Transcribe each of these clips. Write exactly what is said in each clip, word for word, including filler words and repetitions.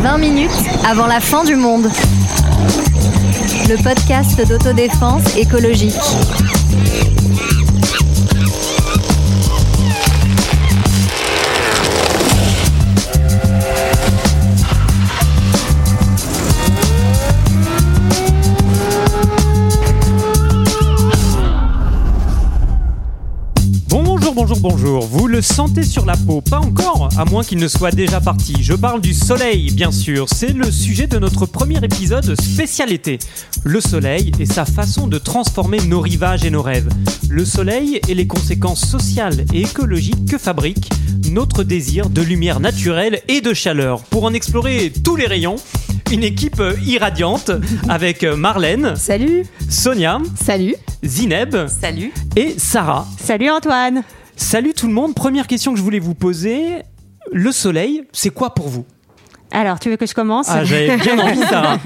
vingt minutes avant la fin du monde. Le podcast d'autodéfense écologique. Bonjour, bonjour, vous le sentez sur la peau? Pas encore, à moins qu'il ne soit déjà parti. Je parle du soleil, bien sûr. C'est le sujet de notre premier épisode spécial été. Le soleil et sa façon de transformer nos rivages et nos rêves. Le soleil et les conséquences sociales et écologiques que fabrique notre désir de lumière naturelle et de chaleur. Pour en explorer tous les rayons, une équipe irradiante avec Marlène. Salut. Sonia. Salut. Zineb. Salut. Et Sarah. Salut Antoine. Salut tout le monde, première question que je voulais vous poser, le soleil, c'est quoi pour vous ? Alors, tu veux que je commence ? Ah, j'avais bien envie, Sarah.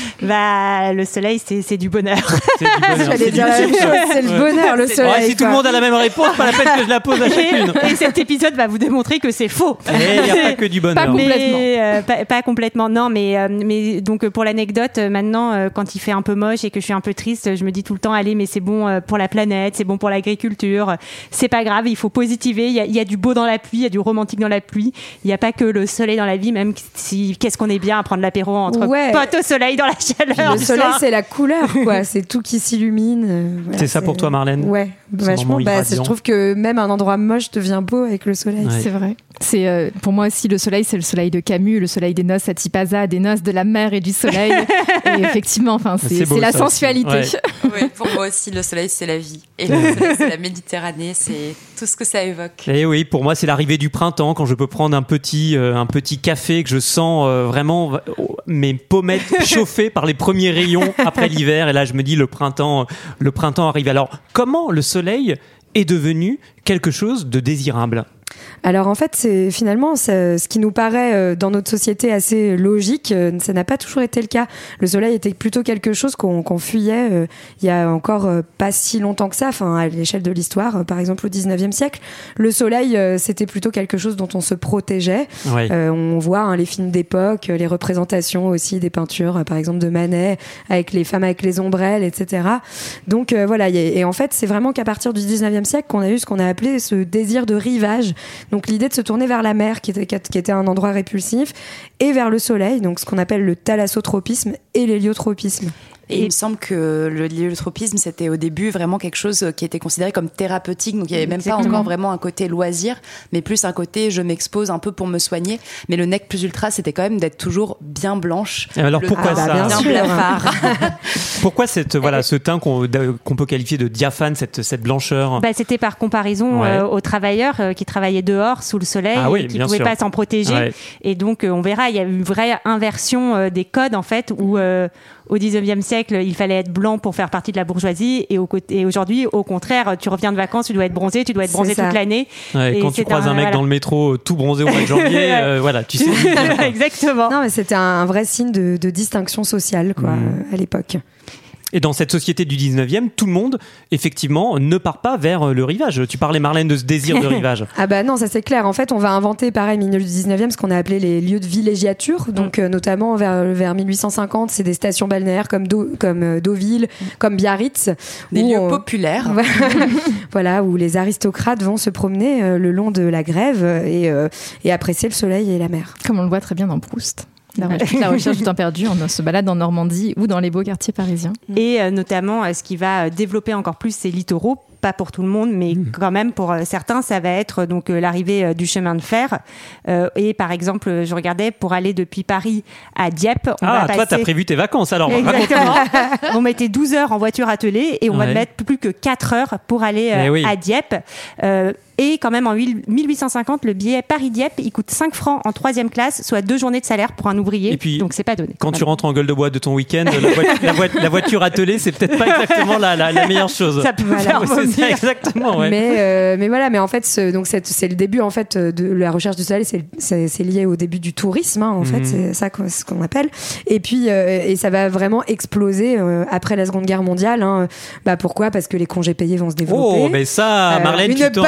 Bah, le soleil, c'est, c'est du bonheur. C'est du bonheur. J'allais c'est dire du la même chose, c'est le bonheur, le soleil. Ouais, si tout le monde a la même réponse, pas la peine que je la pose à chacune. Et cet épisode va vous démontrer que c'est faux. Et il n'y a pas que du bonheur. Pas complètement. Mais, euh, pas, pas complètement, non, mais, euh, mais donc pour l'anecdote, maintenant, euh, quand il fait un peu moche et que je suis un peu triste, je me dis tout le temps, allez, mais c'est bon euh, pour la planète, c'est bon pour l'agriculture, c'est pas grave, il faut positiver, il y a, il y a du beau dans la pluie, il y a du romantique dans la pluie, il n'y a pas que le soleil dans la vie, même si, qu'est-ce qu'on est bien à prendre l'apéro entre ouais. potes au soleil dans la chaleur. Le du soleil, soir. c'est la couleur, quoi. C'est tout qui s'illumine. Euh, voilà, c'est ça pour toi, Marlène ? Ouais, c'est vachement. Bah, c'est, je trouve que même un endroit moche devient beau avec le soleil. Ouais. C'est vrai. C'est, euh, pour moi aussi, le soleil, c'est le soleil de Camus, le soleil des noces à Tipaza, des noces de la mer et du soleil. Et effectivement, enfin, c'est, c'est, beau, c'est la ça sensualité. Ouais. Oui, pour moi aussi, le soleil, c'est la vie. Et le soleil, c'est la Méditerranée, c'est tout ce que ça évoque. Et oui, pour moi, c'est l'arrivée du printemps, quand je peux prendre un petit, euh, un petit café, que je sens euh, vraiment mes pommettes chauffées par les premiers rayons après l'hiver. Et là, je me dis, le printemps, le printemps arrive. Alors, comment le soleil est devenu quelque chose de désirable ? Alors en fait, c'est finalement ça, ce qui nous paraît euh, dans notre société assez logique, euh, ça n'a pas toujours été le cas. Le soleil était plutôt quelque chose qu'on, qu'on fuyait euh, il y a encore euh, pas si longtemps que ça, enfin à l'échelle de l'histoire, euh, par exemple au dix-neuvième siècle. Le soleil, euh, c'était plutôt quelque chose dont on se protégeait. Ouais. Euh, on voit hein, les films d'époque, les représentations aussi des peintures, euh, par exemple de Manet, avec les femmes avec les ombrelles, et cetera. Donc euh, voilà, y a, et en fait, c'est vraiment qu'à partir du dix-neuvième siècle qu'on a eu ce qu'on a appelé ce désir de rivage. Donc l'idée de se tourner vers la mer, qui était, qui était un endroit répulsif, et vers le soleil, donc ce qu'on appelle le thalassotropisme et l'héliotropisme. Et il me semble que le l'héliotropisme, c'était au début vraiment quelque chose qui était considéré comme thérapeutique. Donc il n'y avait même Exactement. pas encore vraiment un côté loisir, mais plus un côté je m'expose un peu pour me soigner. Mais le nec plus ultra, c'était quand même d'être toujours bien blanche. Et alors le pourquoi teint ça bien bien sûr. blafard. Pourquoi cette, voilà, ce teint qu'on, qu'on peut qualifier de diaphane, cette, cette blancheur ? Bah, c'était par comparaison Ouais. euh, aux travailleurs euh, qui travaillaient dehors sous le soleil Ah oui, et qui bien ne pouvaient sûr. pas s'en protéger. Ouais. Et donc, euh, on verra, il y a une vraie inversion euh, des codes, en fait, où euh, au dix-neuvième siècle, il fallait être blanc pour faire partie de la bourgeoisie. Et, au côté, et aujourd'hui, au contraire, tu reviens de vacances, tu dois être bronzé, tu dois être C'est bronzé ça. toute l'année. Ouais, Et quand tu c'est croises un, un- mec voilà. dans le métro tout bronzé au mois de janvier, euh, voilà, tu sais. Exactement. Non, mais c'était un vrai signe de, de distinction sociale, quoi, Mmh. euh, à l'époque. Et dans cette société du dix-neuvième, tout le monde, effectivement, ne part pas vers le rivage. Tu parlais, Marlène, de ce désir de rivage. Ah bah non, ça c'est clair. En fait, on va inventer, pareil, milieu du dix-neuvième, ce qu'on a appelé les lieux de villégiature. Donc, euh, notamment vers, vers mille huit cent cinquante, c'est des stations balnéaires comme, Do- comme euh, Deauville, comme Biarritz. Des où lieux on- populaires. Voilà, où les aristocrates vont se promener euh, le long de la grève et, euh, et apprécier le soleil et la mer. Comme on le voit très bien dans Proust. La recherche, la recherche du temps perdu, on se balade en Normandie ou dans les beaux quartiers parisiens. Et euh, notamment, euh, ce qui va euh, développer encore plus ces littoraux, pas pour tout le monde, mais Mmh. quand même pour euh, certains, ça va être euh, donc euh, l'arrivée euh, du chemin de fer. Euh, et par exemple, euh, je regardais pour aller depuis Paris à Dieppe. On Ah, va toi, passer... t'as prévu tes vacances, alors. Exactement. On mettait douze heures en voiture attelée et on Ouais. va mettre plus que quatre heures pour aller euh, Eh oui. à Dieppe. Euh, et quand même, en mille huit cent cinquante, le billet Paris-Dieppe, il coûte cinq francs en troisième classe, soit deux journées de salaire pour un ouvrier. Et puis, donc, c'est pas donné. Quand tu rentres en gueule de bois de ton week-end, la, vo- la, vo- la voiture attelée, c'est peut-être pas exactement la, la, la meilleure chose. Ça peut Voilà, faire ouais, c'est ça, vomir. exactement. Ouais. Mais, euh, mais voilà, mais en fait, ce, donc c'est, c'est le début en fait de la recherche du soleil. C'est, c'est, c'est lié au début du tourisme, hein, en Mhm. fait, c'est ça qu'on, ce qu'on appelle. Et puis, euh, et ça va vraiment exploser euh, après la Seconde Guerre mondiale. Hein. Bah pourquoi ? Parce que les congés payés vont se développer. Oh, mais ça, Euh, Marlène, une tu t'en... bonne nouvelle.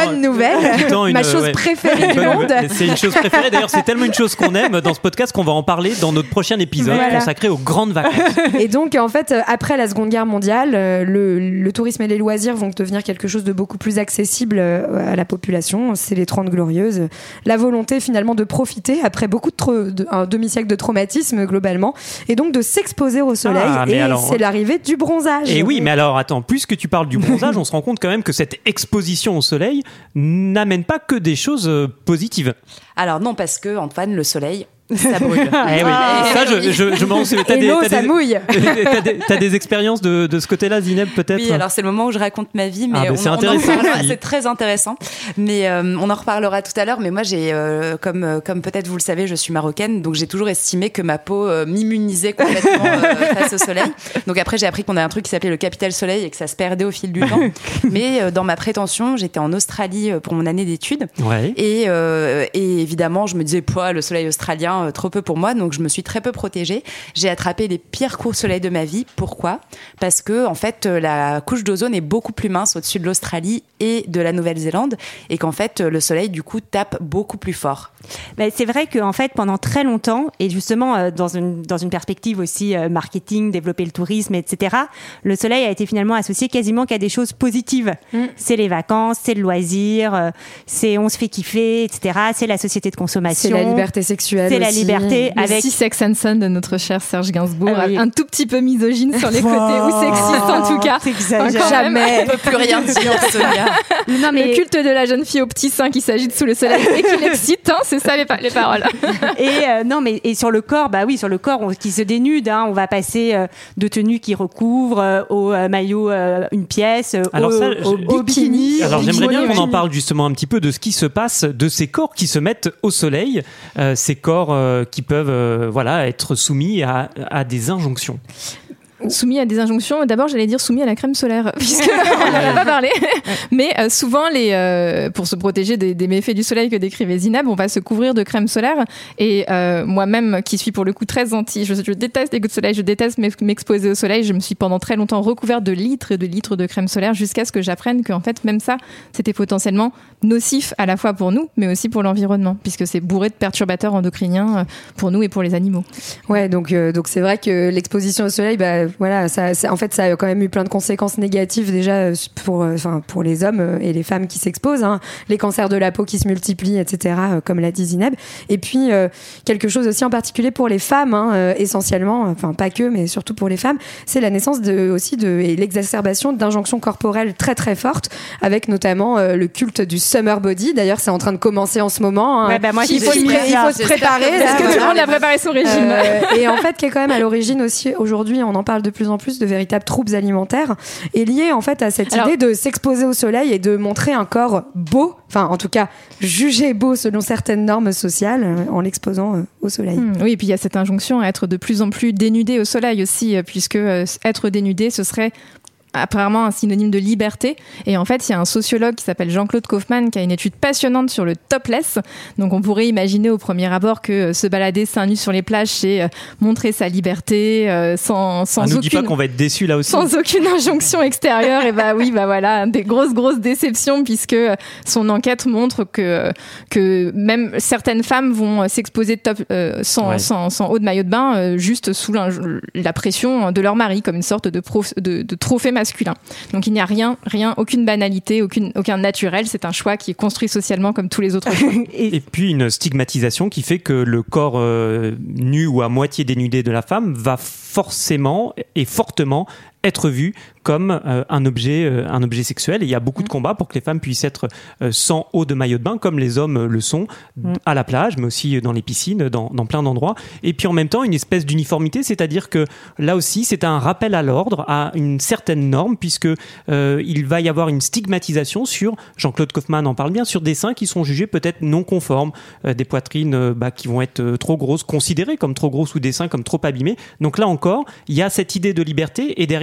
nouvelle, une, ma chose ouais. préférée du monde. C'est une chose préférée. D'ailleurs, c'est tellement une chose qu'on aime dans ce podcast qu'on va en parler dans notre prochain épisode Voilà. consacré aux grandes vacances. Et donc, en fait, après la Seconde Guerre mondiale, le, le tourisme et les loisirs vont devenir quelque chose de beaucoup plus accessible à la population. C'est les Trente Glorieuses. La volonté, finalement, de profiter après beaucoup de, tra- de un demi-siècle de traumatisme, globalement, et donc de s'exposer au soleil. Ah, mais et alors, c'est l'arrivée du bronzage. Et oui, mais alors, attends, puisque tu parles du bronzage, on se rend compte quand même que cette exposition au soleil n'amène pas que des choses euh, positives. Alors non, parce que Antoine, le soleil, ça brûle. Eh oui, Ah, ça, je, je, je m'en souviens. T'as Et des, l'eau, t'as ça des- mouille. T'as des, t'as des expériences de, de ce côté-là, Zineb, peut-être? Oui, alors c'est le moment où je raconte ma vie, mais Ah, bah, on, c'est on en intéressant. reparlera, c'est très intéressant. Mais euh, on en reparlera tout à l'heure. Mais moi, j'ai, euh, comme euh, comme peut-être vous le savez, je suis marocaine, donc j'ai toujours estimé que ma peau euh, m'immunisait complètement euh, face au soleil. Donc après, j'ai appris qu'on a un truc qui s'appelait le capital soleil et que ça se perdait au fil du temps. Mais euh, dans ma prétention, j'étais en Australie euh, pour mon année d'études. Ouais. Et, euh, et évidemment, je me disais, poids, le soleil australien, euh, trop peu pour moi. Donc, je me suis très peu protégée. J'ai attrapé les pires coups de soleil de ma vie. Pourquoi ? Parce que, en fait, euh, la couche d'ozone est beaucoup plus mince au-dessus de l'Australie et de la Nouvelle-Zélande. Et qu'en fait, euh, le soleil, du coup, tape beaucoup plus fort. Ben, c'est vrai qu'en fait, pendant très longtemps, et justement euh, dans, une, dans une perspective aussi euh, marketing, développer le tourisme, et cetera, le soleil a été finalement associé quasiment qu'à des choses positives. Mm. C'est les vacances, c'est le loisir, euh, c'est on se fait kiffer, et cetera. C'est la société de consommation. C'est la liberté sexuelle C'est la aussi. liberté Le avec... six Sex and Son de notre cher Serge Gainsbourg, Ah oui. un tout petit peu misogyne sur les côtés, ou sexiste en tout cas. T'exagères. Encore même. Jamais. On peut plus rien dire, Sonia. Non, mais... Le culte de la jeune fille au petit sein qui s'agite sous le soleil et qui l'excite, hein, c'est ça les, pa- les paroles. et euh, non mais et sur le corps, bah oui, sur le corps on, qui se dénude, hein, on va passer euh, de tenues qui recouvrent euh, au euh, maillot euh, une pièce, euh, Alors au, ça, au, je- au bikini. Alors au j'aimerais bien bikini. qu'on en parle justement un petit peu de ce qui se passe, de ces corps qui se mettent au soleil, euh, ces corps euh, qui peuvent euh, voilà, être soumis à, à des injonctions. Soumis à des injonctions, d'abord j'allais dire soumis à la crème solaire, puisque on n'en a pas parlé. Mais euh, souvent, les, euh, pour se protéger des, des méfaits du soleil que décrivait Zineb, on va se couvrir de crème solaire. Et euh, moi-même, qui suis pour le coup très anti, je, je déteste les coups de soleil, je déteste m'exposer au soleil, je me suis pendant très longtemps recouverte de litres et de litres de crème solaire jusqu'à ce que j'apprenne qu'en fait, même ça, c'était potentiellement nocif à la fois pour nous, mais aussi pour l'environnement, puisque c'est bourré de perturbateurs endocriniens euh, pour nous et pour les animaux. Ouais, donc euh, donc c'est vrai que l'exposition au soleil, bah voilà, ça, ça, en fait, ça a quand même eu plein de conséquences négatives déjà pour, enfin euh, pour les hommes euh, et les femmes qui s'exposent, hein, les cancers de la peau qui se multiplient, et cetera. Euh, comme l'a dit Zineb. Et puis euh, quelque chose aussi en particulier pour les femmes, hein, euh, essentiellement, enfin pas que, mais surtout pour les femmes, c'est la naissance de aussi de et l'exacerbation d'injonctions corporelles très très fortes, avec notamment euh, le culte du summer body. D'ailleurs, c'est en train de commencer en ce moment. Hein. Ouais, bah moi, il faut, j'y se suis pré- il faut se préparer. J'espère que là, vous Est-ce que Ouais, tout le monde ouais. a préparé son régime Euh, et en fait, qui est quand même à l'origine aussi, aujourd'hui, on en parle de plus en plus de véritables troubles alimentaires, et lié en fait à cette Alors, idée de s'exposer au soleil et de montrer un corps beau, enfin en tout cas jugé beau selon certaines normes sociales, euh, en l'exposant euh, au soleil. Mmh, oui, et puis il y a cette injonction à être de plus en plus dénudé au soleil aussi, euh, puisque euh, être dénudé, ce serait apparemment un synonyme de liberté. Et en fait, il y a un sociologue qui s'appelle Jean-Claude Kaufmann qui a une étude passionnante sur le topless. Donc on pourrait imaginer au premier abord que euh, se balader seins nus sur les plages, c'est euh, montrer sa liberté euh, sans, sans On nous dit aucune... pas qu'on va être déçus là aussi. Sans aucune injonction extérieure. Et bah oui, bah voilà, des grosses, grosses déceptions, puisque son enquête montre que, que même certaines femmes vont s'exposer de top, euh, sans, Ouais. sans, sans haut de maillot de bain, euh, juste sous la, la pression de leur mari, comme une sorte de, prof, de, de trophée masculin. Donc il n'y a rien, rien, aucune banalité, aucune, aucun naturel. C'est un choix qui est construit socialement comme tous les autres choix. Et puis une stigmatisation qui fait que le corps euh, nu ou à moitié dénudé de la femme va forcément et fortement être vu comme euh, un objet euh, un objet sexuel, et il y a beaucoup de combats pour que les femmes puissent être euh, sans haut de maillot de bain comme les hommes le sont Mm. à la plage, mais aussi dans les piscines, dans, dans plein d'endroits. Et puis en même temps une espèce d'uniformité, c'est-à-dire que là aussi c'est un rappel à l'ordre, à une certaine norme, puisque euh, il va y avoir une stigmatisation sur, Jean-Claude Kaufmann en parle bien, sur des seins qui sont jugés peut-être non conformes, euh, des poitrines euh, bah, qui vont être euh, trop grosses, considérées comme trop grosses, ou des seins comme trop abîmés. Donc là encore, il y a cette idée de liberté, et derrière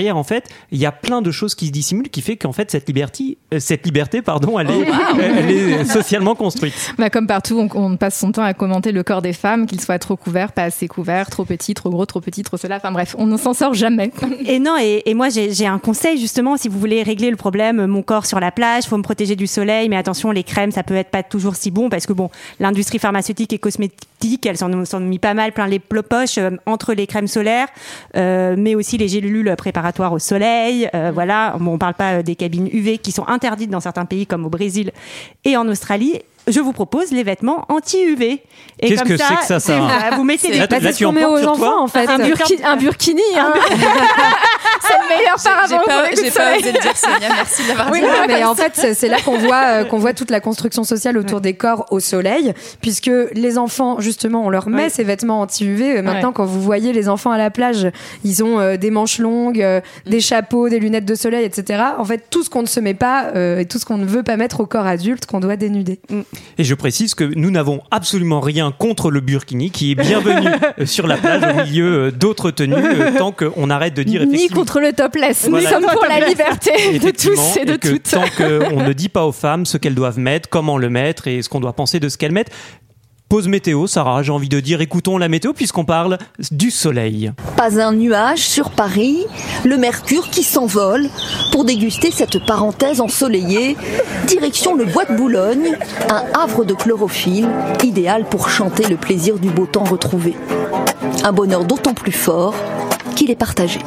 derrière, en fait, il y a plein de choses qui se dissimulent, qui fait qu'en fait, cette liberté, euh, cette liberté, pardon, elle est, oh, wow. elle est socialement construite. Bah, comme partout, on, on passe son temps à commenter le corps des femmes, qu'il soit trop couvert, pas assez couvert, trop petit, trop gros, trop petit, trop cela. Enfin bref, on ne s'en sort jamais. Et non, et, et moi j'ai, j'ai un conseil justement, si vous voulez régler le problème, mon corps sur la plage, faut me protéger du soleil, mais attention, les crèmes, ça peut être pas toujours si bon, parce que bon, l'industrie pharmaceutique et cosmétique, elles s'en ont mis pas mal plein les poches euh, entre les crèmes solaires, euh, mais aussi les gélules préparatoires au soleil. Euh, voilà, bon, on parle pas des cabines U V qui sont interdites dans certains pays comme au Brésil et en Australie. Je vous propose les vêtements anti-U V. Et Qu'est-ce comme que ça, c'est que ça, ça bah, vous mettez des c'est ce qu'on met aux enfants, en fait. Un, burki- un burkini, hein. C'est le meilleur paravent. J'ai, j'ai pas osé le dire, Sonia. Merci de l'avoir oui, dit. Non, mais en fait, c'est, c'est là qu'on voit, euh, qu'on voit toute la construction sociale autour ouais. des corps au soleil, puisque les enfants, justement, on leur met ouais. ces vêtements anti-U V. Maintenant, ouais. quand vous voyez les enfants à la plage, ils ont euh, des manches longues, euh, mm. des chapeaux, des lunettes de soleil, et cetera. En fait, tout ce qu'on ne se met pas euh, et tout ce qu'on ne veut pas mettre au corps adulte, qu'on doit dénuder. Mm. Et je précise que nous n'avons absolument rien contre le burkini, qui est bienvenu sur la plage au milieu d'autres tenues, tant qu'on arrête de dire effectivement... Ni contre le topless, voilà. Nous sommes pour la liberté de tous et de et que toutes. Tant qu'on ne dit pas aux femmes ce qu'elles doivent mettre, comment le mettre et ce qu'on doit penser de ce qu'elles mettent. Pause météo, Sarah, j'ai envie de dire, écoutons la météo puisqu'on parle du soleil. Pas un nuage sur Paris, le mercure qui s'envole pour déguster cette parenthèse ensoleillée. Direction le bois de Boulogne, un havre de chlorophylle, idéal pour chanter le plaisir du beau temps retrouvé. Un bonheur d'autant plus fort qu'il est partagé.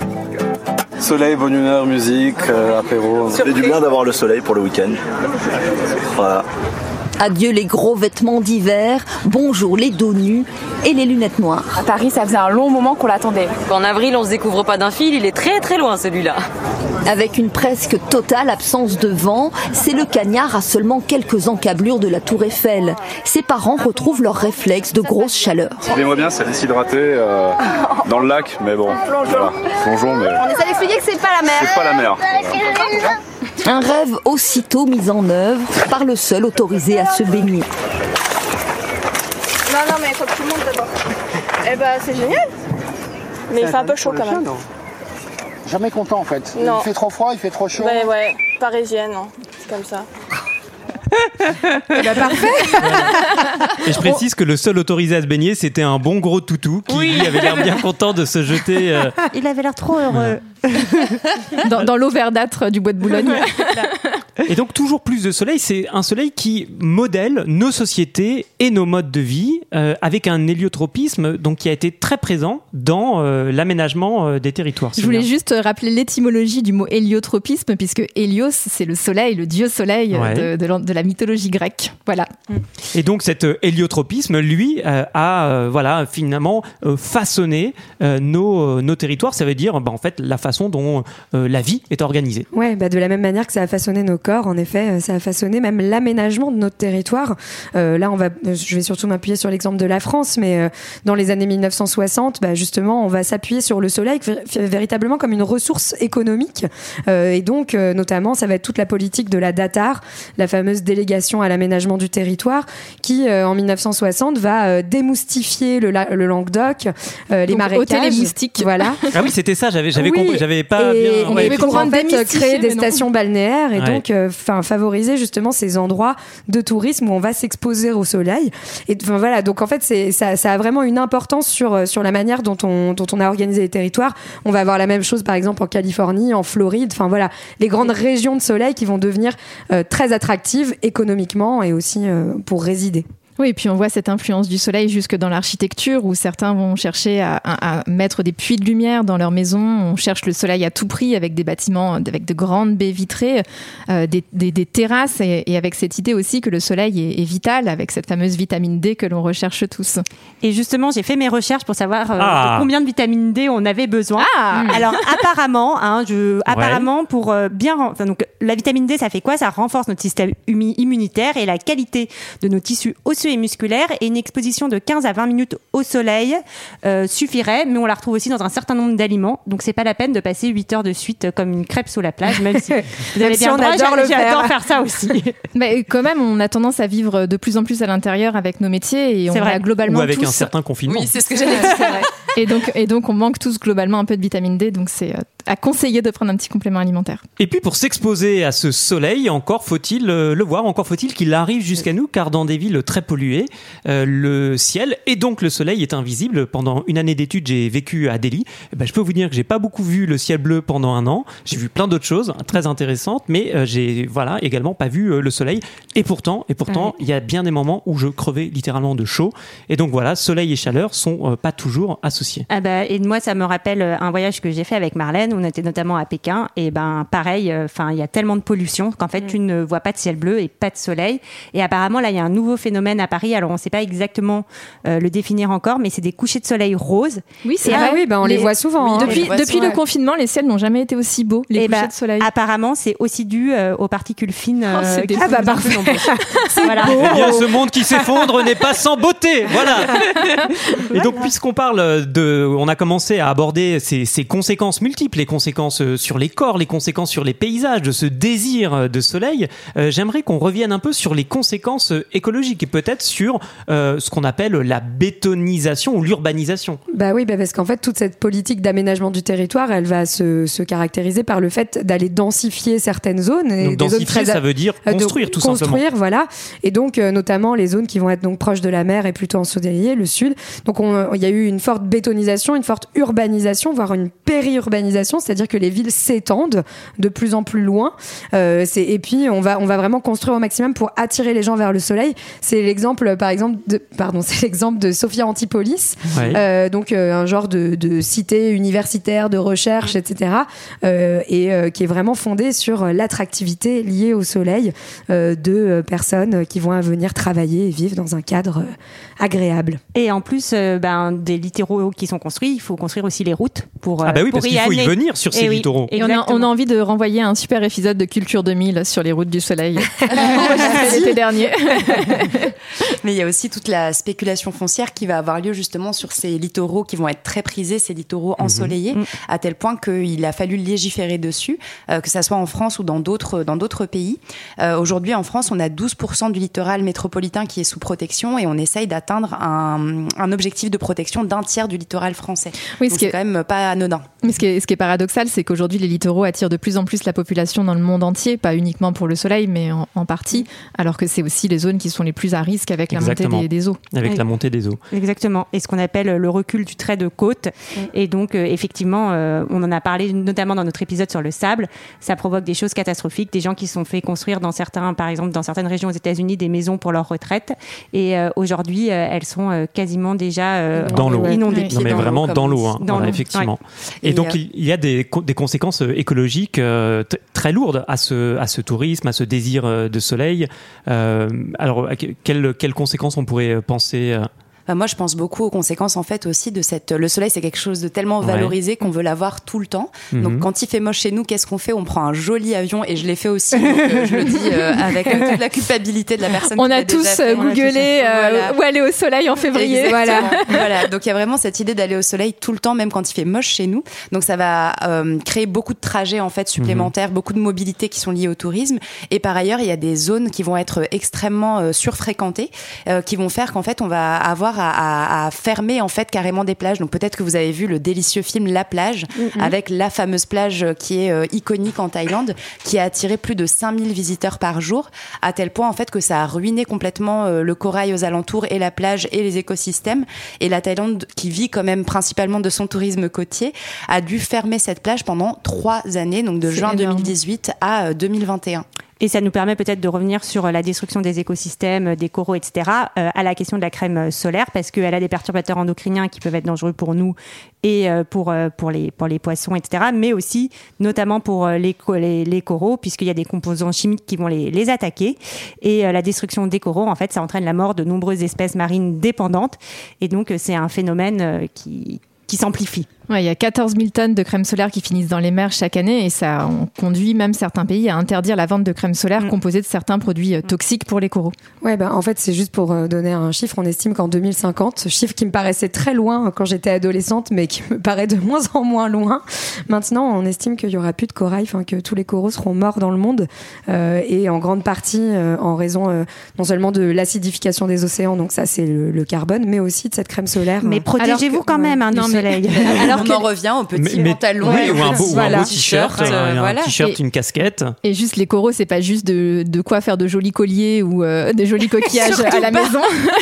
Soleil, bonne humeur, musique, euh, apéro. Ça fait du bien d'avoir le soleil pour le week-end. Voilà. Adieu les gros vêtements d'hiver, bonjour les dos nus et les lunettes noires. À Paris, ça faisait un long moment qu'on l'attendait. En avril, on se découvre pas d'un fil, il est très très loin celui-là. Avec une presque totale absence de vent, c'est le cagnard à seulement quelques encablures de la Tour Eiffel. Ses parents retrouvent leur réflexe de grosse chaleur. Ce qui moi bien, c'est de s'hydrater euh, dans le lac, mais bon, voilà, plongeons, mais... On essaie d'expliquer que c'est pas la mer. C'est pas la mer. Un rêve aussitôt mis en œuvre par le seul autorisé à se baigner. Non, non, mais il faut que tout le monde d'abord. Eh ben, c'est génial. Mais il fait un peu chaud quand même. Non. Jamais content en fait. Non. Il fait trop froid, il fait trop chaud. Ben ouais, parisienne, hein. C'est comme ça. Bah parfait. Et je précise que le seul autorisé à se baigner, c'était un bon gros toutou qui oui. avait l'air bien content de se jeter. Euh... Il avait l'air trop heureux. dans, dans l'eau verdâtre du bois de Boulogne. Et donc toujours plus de soleil, c'est un soleil qui modèle nos sociétés et nos modes de vie euh, avec un héliotropisme donc qui a été très présent dans euh, l'aménagement euh, des territoires. Je voulais juste rappeler l'étymologie du mot héliotropisme puisque Hélios c'est le soleil, le dieu soleil ouais. de, de, de la mythologie grecque. Voilà. Et donc cet héliotropisme, lui, euh, a euh, voilà finalement euh, façonné euh, nos, nos territoires. Ça veut dire bah, en fait la façon dont euh, la vie est organisée. Ouais, bah, de la même manière que ça a façonné nos corps, en effet, ça a façonné même l'aménagement de notre territoire. Euh, là, on va, je vais surtout m'appuyer sur l'exemple de la France, mais euh, dans les années mille neuf cent soixante, bah, justement, on va s'appuyer sur le soleil véritablement comme une ressource économique. Euh, et donc, euh, notamment, ça va être toute la politique de la DATAR, la fameuse délégation à l'aménagement du territoire, qui, euh, en mille neuf cent soixante, va euh, démoustifier le, le Languedoc, euh, les donc, marécages. Ôter les moustiques. Voilà. Ah oui, c'était ça, j'avais, j'avais oui. compris, j'avais pas et bien... On ouais, avait compris en fait créer des stations balnéaires et ouais. donc enfin euh, favoriser justement ces endroits de tourisme où on va s'exposer au soleil. Et enfin voilà, donc en fait c'est ça, ça a vraiment une importance sur sur la manière dont on dont on a organisé les territoires. On va avoir la même chose par exemple en Californie, en Floride. Enfin voilà, les grandes régions de soleil qui vont devenir euh, très attractives économiquement et aussi euh, pour résider. Oui, et puis on voit cette influence du soleil jusque dans l'architecture où certains vont chercher à, à, à mettre des puits de lumière dans leur maison. On cherche le soleil à tout prix avec des bâtiments, avec de grandes baies vitrées, euh, des, des, des terrasses et, et avec cette idée aussi que le soleil est, est vital, avec cette fameuse vitamine D que l'on recherche tous. Et justement, j'ai fait mes recherches pour savoir euh, ah. de combien de vitamine D on avait besoin. Ah. Alors apparemment, hein, je, apparemment ouais. pour euh, bien, enfin, donc la vitamine D, ça fait quoi ? Ça renforce notre système immunitaire et la qualité de nos tissus osseux et musculaire, et une exposition de quinze à vingt minutes au soleil euh, suffirait, mais on la retrouve aussi dans un certain nombre d'aliments, donc c'est pas la peine de passer huit heures de suite comme une crêpe sous la plage, même si vous avez bien si on droit, adore le j'adore faire. faire ça aussi. Mais quand même, on a tendance à vivre de plus en plus à l'intérieur avec nos métiers et on c'est vrai. a globalement ou avec tous... un certain confinement. Oui, c'est ce que j'allais dire. et donc et donc on manque tous globalement un peu de vitamine D, donc c'est à conseiller de prendre un petit complément alimentaire. Et puis pour s'exposer à ce soleil, encore faut-il euh, le voir, encore faut-il qu'il arrive jusqu'à nous, car dans des villes très polluées, euh, le ciel et donc le soleil est invisible. Pendant une année d'études, j'ai vécu à Delhi. Et ben, je peux vous dire que j'ai pas beaucoup vu le ciel bleu pendant un an. J'ai vu plein d'autres choses très intéressantes, mais euh, j'ai voilà également pas vu euh, le soleil. Et pourtant, et pourtant, il ouais. y a bien des moments où je crevais littéralement de chaud. Et donc voilà, soleil et chaleur sont euh, pas toujours associés. Ah bah, et moi, ça me rappelle un voyage que j'ai fait avec Marlène, où on était notamment à Pékin. Et ben pareil, enfin euh, il y a tellement de pollution qu'en fait mmh. tu ne vois pas de ciel bleu et pas de soleil. Et apparemment là, il y a un nouveau phénomène à Paris. Alors on ne sait pas exactement euh, le définir encore, mais c'est des couchers de soleil roses. Oui, c'est ah, vrai. Oui, bah, on les, les voit souvent. Oui, hein. depuis voit depuis souvent, le ouais. confinement, les ciels n'ont jamais été aussi beaux. Les et couchers bah, de soleil. Apparemment, c'est aussi dû euh, aux particules fines. Euh, oh, c'est qui ah bah parfait. Voilà. Eh bien, ce monde qui s'effondre n'est pas sans beauté. Voilà. Et donc, puisqu'on parle de, on a commencé à aborder ces, ces conséquences multiples, les conséquences sur les corps, les conséquences sur les paysages, de ce désir de soleil. Euh, j'aimerais qu'on revienne un peu sur les conséquences écologiques et peut-être sur euh, ce qu'on appelle la bétonisation ou l'urbanisation. Bah oui, bah parce qu'en fait, toute cette politique d'aménagement du territoire, elle va se, se caractériser par le fait d'aller densifier certaines zones. Et donc des densifier, zones très... ça veut dire construire, tout construire, simplement. Construire, voilà. Et donc, euh, notamment les zones qui vont être donc proches de la mer et plutôt ensoleillées, le sud. Donc, il y a eu une forte bétonisation, une forte urbanisation, voire une périurbanisation, c'est-à-dire que les villes s'étendent de plus en plus loin. Euh, c'est, et puis, on va, on va vraiment construire au maximum pour attirer les gens vers le soleil. C'est l'exemple, par exemple, de, pardon, c'est l'exemple de Sophia Antipolis, ouais. euh, donc euh, un genre de, de cité universitaire, de recherche, et cetera. Euh, et euh, qui est vraiment fondée sur l'attractivité liée au soleil euh, de euh, personnes qui vont venir travailler et vivre dans un cadre euh, agréable. Et en plus, euh, ben, des littoraux qui sont construits, il faut construire aussi les routes pour euh, ah bah oui, pour parce qu'il faut y venir sur ces et littoraux. Oui, et on a, on a envie de renvoyer un super épisode de Culture deux mille sur les routes du soleil. L'été dernier. Mais il y a aussi toute la spéculation foncière qui va avoir lieu justement sur ces littoraux qui vont être très prisés, ces littoraux ensoleillés, mmh. à tel point qu'il a fallu légiférer dessus, euh, que ça soit en France ou dans d'autres, dans d'autres pays. Euh, aujourd'hui, en France, on a douze pour cent du littoral métropolitain qui est sous protection et on essaye d'atteindre un, un objectif de protection d'un tiers du littoral français. Oui, Donc ce c'est quand même pas anodin. Mais ce qui est, ce qui est paradoxal, c'est qu'aujourd'hui, les littoraux attirent de plus en plus la population dans le monde entier, pas uniquement pour le soleil, mais en, en partie, alors que c'est aussi les zones qui sont les plus à risque avec Exactement. la montée des, des eaux. Avec oui. la montée des eaux. Exactement. Et ce qu'on appelle le recul du trait de côte. Oui. Et donc, euh, effectivement, euh, on en a parlé notamment dans notre épisode sur le sable. Ça provoque des choses catastrophiques. Des gens qui se sont fait construire dans certains, par exemple, dans certaines régions aux États-Unis, des maisons pour leur retraite. Et euh, aujourd'hui, euh, elles sont euh, quasiment déjà euh, dans l'eau. inondées. Non, mais dans vraiment l'eau, dans l'eau, hein. dans voilà, l'eau. effectivement. Ouais. Et, et donc, euh... il y a des, des conséquences écologiques euh, t- très lourdes à ce, à ce tourisme, à ce désir de soleil. Euh, alors, quelles, quelles conséquences on pourrait penser euh... Bah moi, je pense beaucoup aux conséquences en fait aussi de cette. Le soleil, c'est quelque chose de tellement valorisé ouais. qu'on veut l'avoir tout le temps. Mm-hmm. Donc, quand il fait moche chez nous, qu'est-ce qu'on fait ? On prend un joli avion et je l'ai fait aussi. Donc, euh, je le dis euh, avec euh, toute la culpabilité de la personne. On qui a l'a tous déjà googlé euh, voilà. où aller au soleil en février. Voilà. Voilà. Donc, il y a vraiment cette idée d'aller au soleil tout le temps, même quand il fait moche chez nous. Donc, ça va euh, créer beaucoup de trajets en fait supplémentaires, mm-hmm. beaucoup de mobilités qui sont liées au tourisme. Et par ailleurs, il y a des zones qui vont être extrêmement euh, surfréquentées, euh, qui vont faire qu'en fait, on va avoir à, à, à fermer en fait carrément des plages. Donc peut-être que vous avez vu le délicieux film La Plage, mm-hmm. avec la fameuse plage qui est euh, iconique en Thaïlande, qui a attiré plus de cinq mille visiteurs par jour, à tel point en fait que ça a ruiné complètement euh, le corail aux alentours et la plage et les écosystèmes. Et la Thaïlande, qui vit quand même principalement de son tourisme côtier, a dû fermer cette plage pendant trois années, donc de C'est juin énorme. deux mille dix-huit à euh, deux mille vingt et un. Et ça nous permet peut-être de revenir sur la destruction des écosystèmes, des coraux, et cetera, euh, à la question de la crème solaire, parce qu'elle a des perturbateurs endocriniens qui peuvent être dangereux pour nous et euh, pour, euh, pour, les, pour les poissons, et cetera, mais aussi notamment pour les, les, les coraux, puisqu'il y a des composants chimiques qui vont les, les attaquer. Et euh, la destruction des coraux, en fait, ça entraîne la mort de nombreuses espèces marines dépendantes. Et donc, c'est un phénomène euh, qui, qui s'amplifie. Ouais, il y a quatorze mille tonnes de crème solaire qui finissent dans les mers chaque année et ça on conduit même certains pays à interdire la vente de crème solaire mmh. composée de certains produits euh, toxiques pour les coraux. Ouais, bah, en fait, c'est juste pour euh, donner un chiffre. On estime qu'en deux mille cinquante, chiffre qui me paraissait très loin quand j'étais adolescente, mais qui me paraît de moins en moins loin. Maintenant, on estime qu'il y aura plus de corail, enfin que tous les coraux seront morts dans le monde euh, et en grande partie euh, en raison euh, non seulement de l'acidification des océans, donc ça c'est le, le carbone, mais aussi de cette crème solaire. Mais euh, protégez-vous que, quand ouais. même hein, du non, mais, soleil. alors Alors on en revient au petit mais, pantalon oui, ou un beau, voilà. ou un beau t-shirt, euh, un voilà. t-shirt, Et, une casquette. Et juste les coraux, c'est pas juste de, de quoi faire de jolis colliers ou euh, des jolis coquillages à la pas. maison.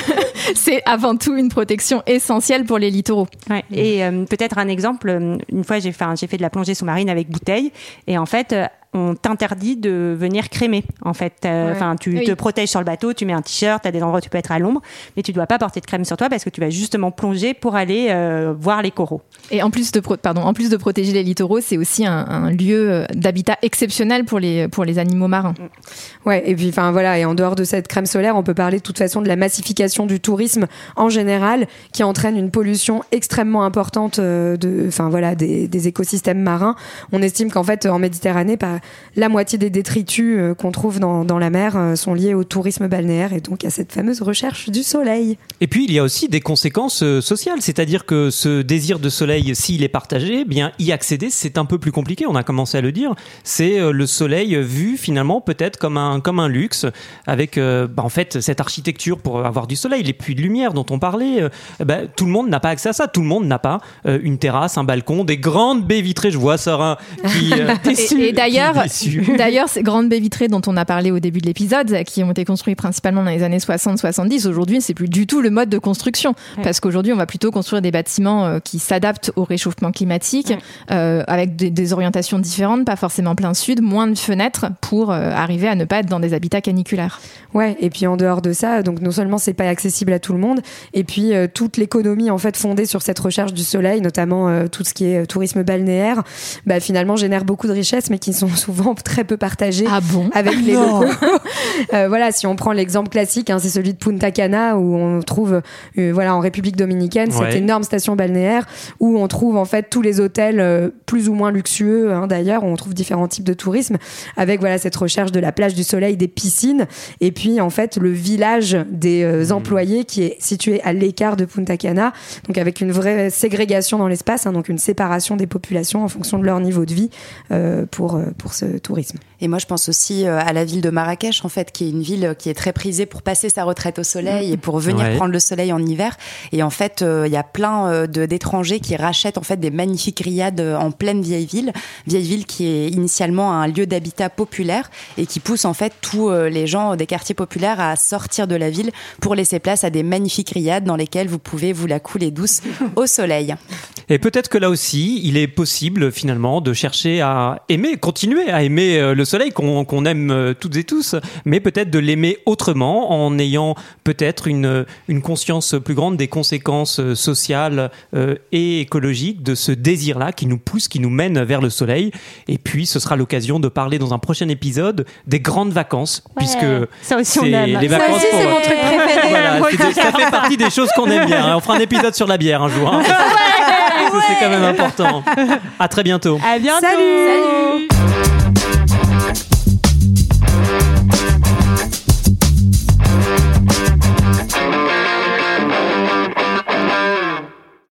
C'est avant tout une protection essentielle pour les littoraux. Ouais. Et euh, peut-être un exemple, une fois j'ai fait, j'ai fait de la plongée sous-marine avec bouteille et en fait euh, on t'interdit de venir crémer en fait. Enfin, Ouais. tu Oui. te protèges sur le bateau, tu mets un t-shirt, tu as des endroits où tu peux être à l'ombre, mais tu dois pas porter de crème sur toi parce que tu vas justement plonger pour aller euh, voir les coraux. Et en plus de, pro- pardon, en plus de protéger les littoraux, c'est aussi un, un lieu d'habitat exceptionnel pour les, pour les animaux marins. Ouais, et puis enfin voilà, et en dehors de cette crème solaire, on peut parler de toute façon de la massification du tourisme en général, qui entraîne une pollution extrêmement importante euh, de, enfin voilà, des, des écosystèmes marins. On estime qu'en fait en Méditerranée, bah, la moitié des détritus euh, qu'on trouve dans, dans la mer euh, sont liés au tourisme balnéaire et donc à cette fameuse recherche du soleil. Et puis il y a aussi des conséquences euh, sociales, c'est-à-dire que ce désir de soleil, s'il est partagé, eh bien y accéder c'est un peu plus compliqué. On a commencé à le dire. C'est euh, le soleil vu finalement peut-être comme un comme un luxe, avec euh, bah, en fait cette architecture pour avoir du soleil, les puits de lumière dont on parlait. Euh, bah, tout le monde n'a pas accès à ça. Tout le monde n'a pas euh, une terrasse, un balcon, des grandes baies vitrées. Je vois Sarah qui euh, déçue, Et, et d'ailleurs, qui est déçue. d'ailleurs, ces grandes baies vitrées dont on a parlé au début de l'épisode, qui ont été construites principalement dans les années soixante soixante-dix, aujourd'hui, c'est plus du tout le mode de construction. Ouais. Parce qu'aujourd'hui, on va plutôt construire des bâtiments euh, qui s'adaptent au réchauffement climatique, Ouais. euh, avec des, des orientations différentes, pas forcément plein sud, moins de fenêtres pour euh, arriver à ne pas être dans des habitats caniculaires. Ouais, et puis en dehors de ça, donc non seulement c'est pas accessible à tout le monde, et puis euh, toute l'économie en fait fondée sur cette recherche du soleil, notamment euh, tout ce qui est euh, tourisme balnéaire, bah finalement génère beaucoup de richesses, mais qui sont souvent très peu partagées Ah bon avec les locaux. euh, voilà, si on prend l'exemple classique, hein, c'est celui de Punta Cana où on trouve, euh, voilà, en République dominicaine, Ouais. cette énorme station balnéaire où on trouve en fait tous les hôtels euh, plus ou moins luxueux, hein, d'ailleurs, où on trouve différents types de tourisme, avec voilà cette recherche de la plage du soleil, des piscines, et puis en fait le village des euh, employés qui est situé à l'écart de Punta Cana, donc avec une vraie ségrégation dans l'espace, hein, donc une séparation des populations en fonction de leur niveau de vie euh, pour euh, pour ce tourisme. Et moi, je pense aussi euh, à la ville de Marrakech, en fait, qui est une ville qui est très prisée pour passer sa retraite au soleil et pour venir Ouais. prendre le soleil en hiver. Et en fait, il euh, y a plein euh, de, d'étrangers qui rachètent en fait des magnifiques riades en pleine vieille ville, vieille ville qui est initialement un lieu d'habitat populaire et qui pousse en fait tous euh, les gens des quartiers populaires à sortir de la ville pour laisser place à des magnifiques riades dans lesquelles vous pouvez vous la couler douce au soleil. Et peut-être que là aussi, il est possible finalement de chercher à aimer, continuer à aimer euh, le soleil qu'on qu'on aime euh, toutes et tous, mais peut-être de l'aimer autrement en ayant peut-être une, une conscience plus grande des conséquences euh, sociales euh, et écologiques de ce désir-là qui nous pousse, qui nous mène vers le soleil. Et puis, ce sera l'occasion de parler dans un prochain épisode des grandes vacances, puisque Ça aussi, on c'est aime. les Ça vacances aussi, pour, c'est mon truc préféré. Voilà, Moi, c'est je- des- ça fait partie des choses qu'on aime bien. hein. On fera un épisode sur la bière un jour. hein. Ça, c'est quand même important. À très bientôt. À bientôt. Salut. Salut.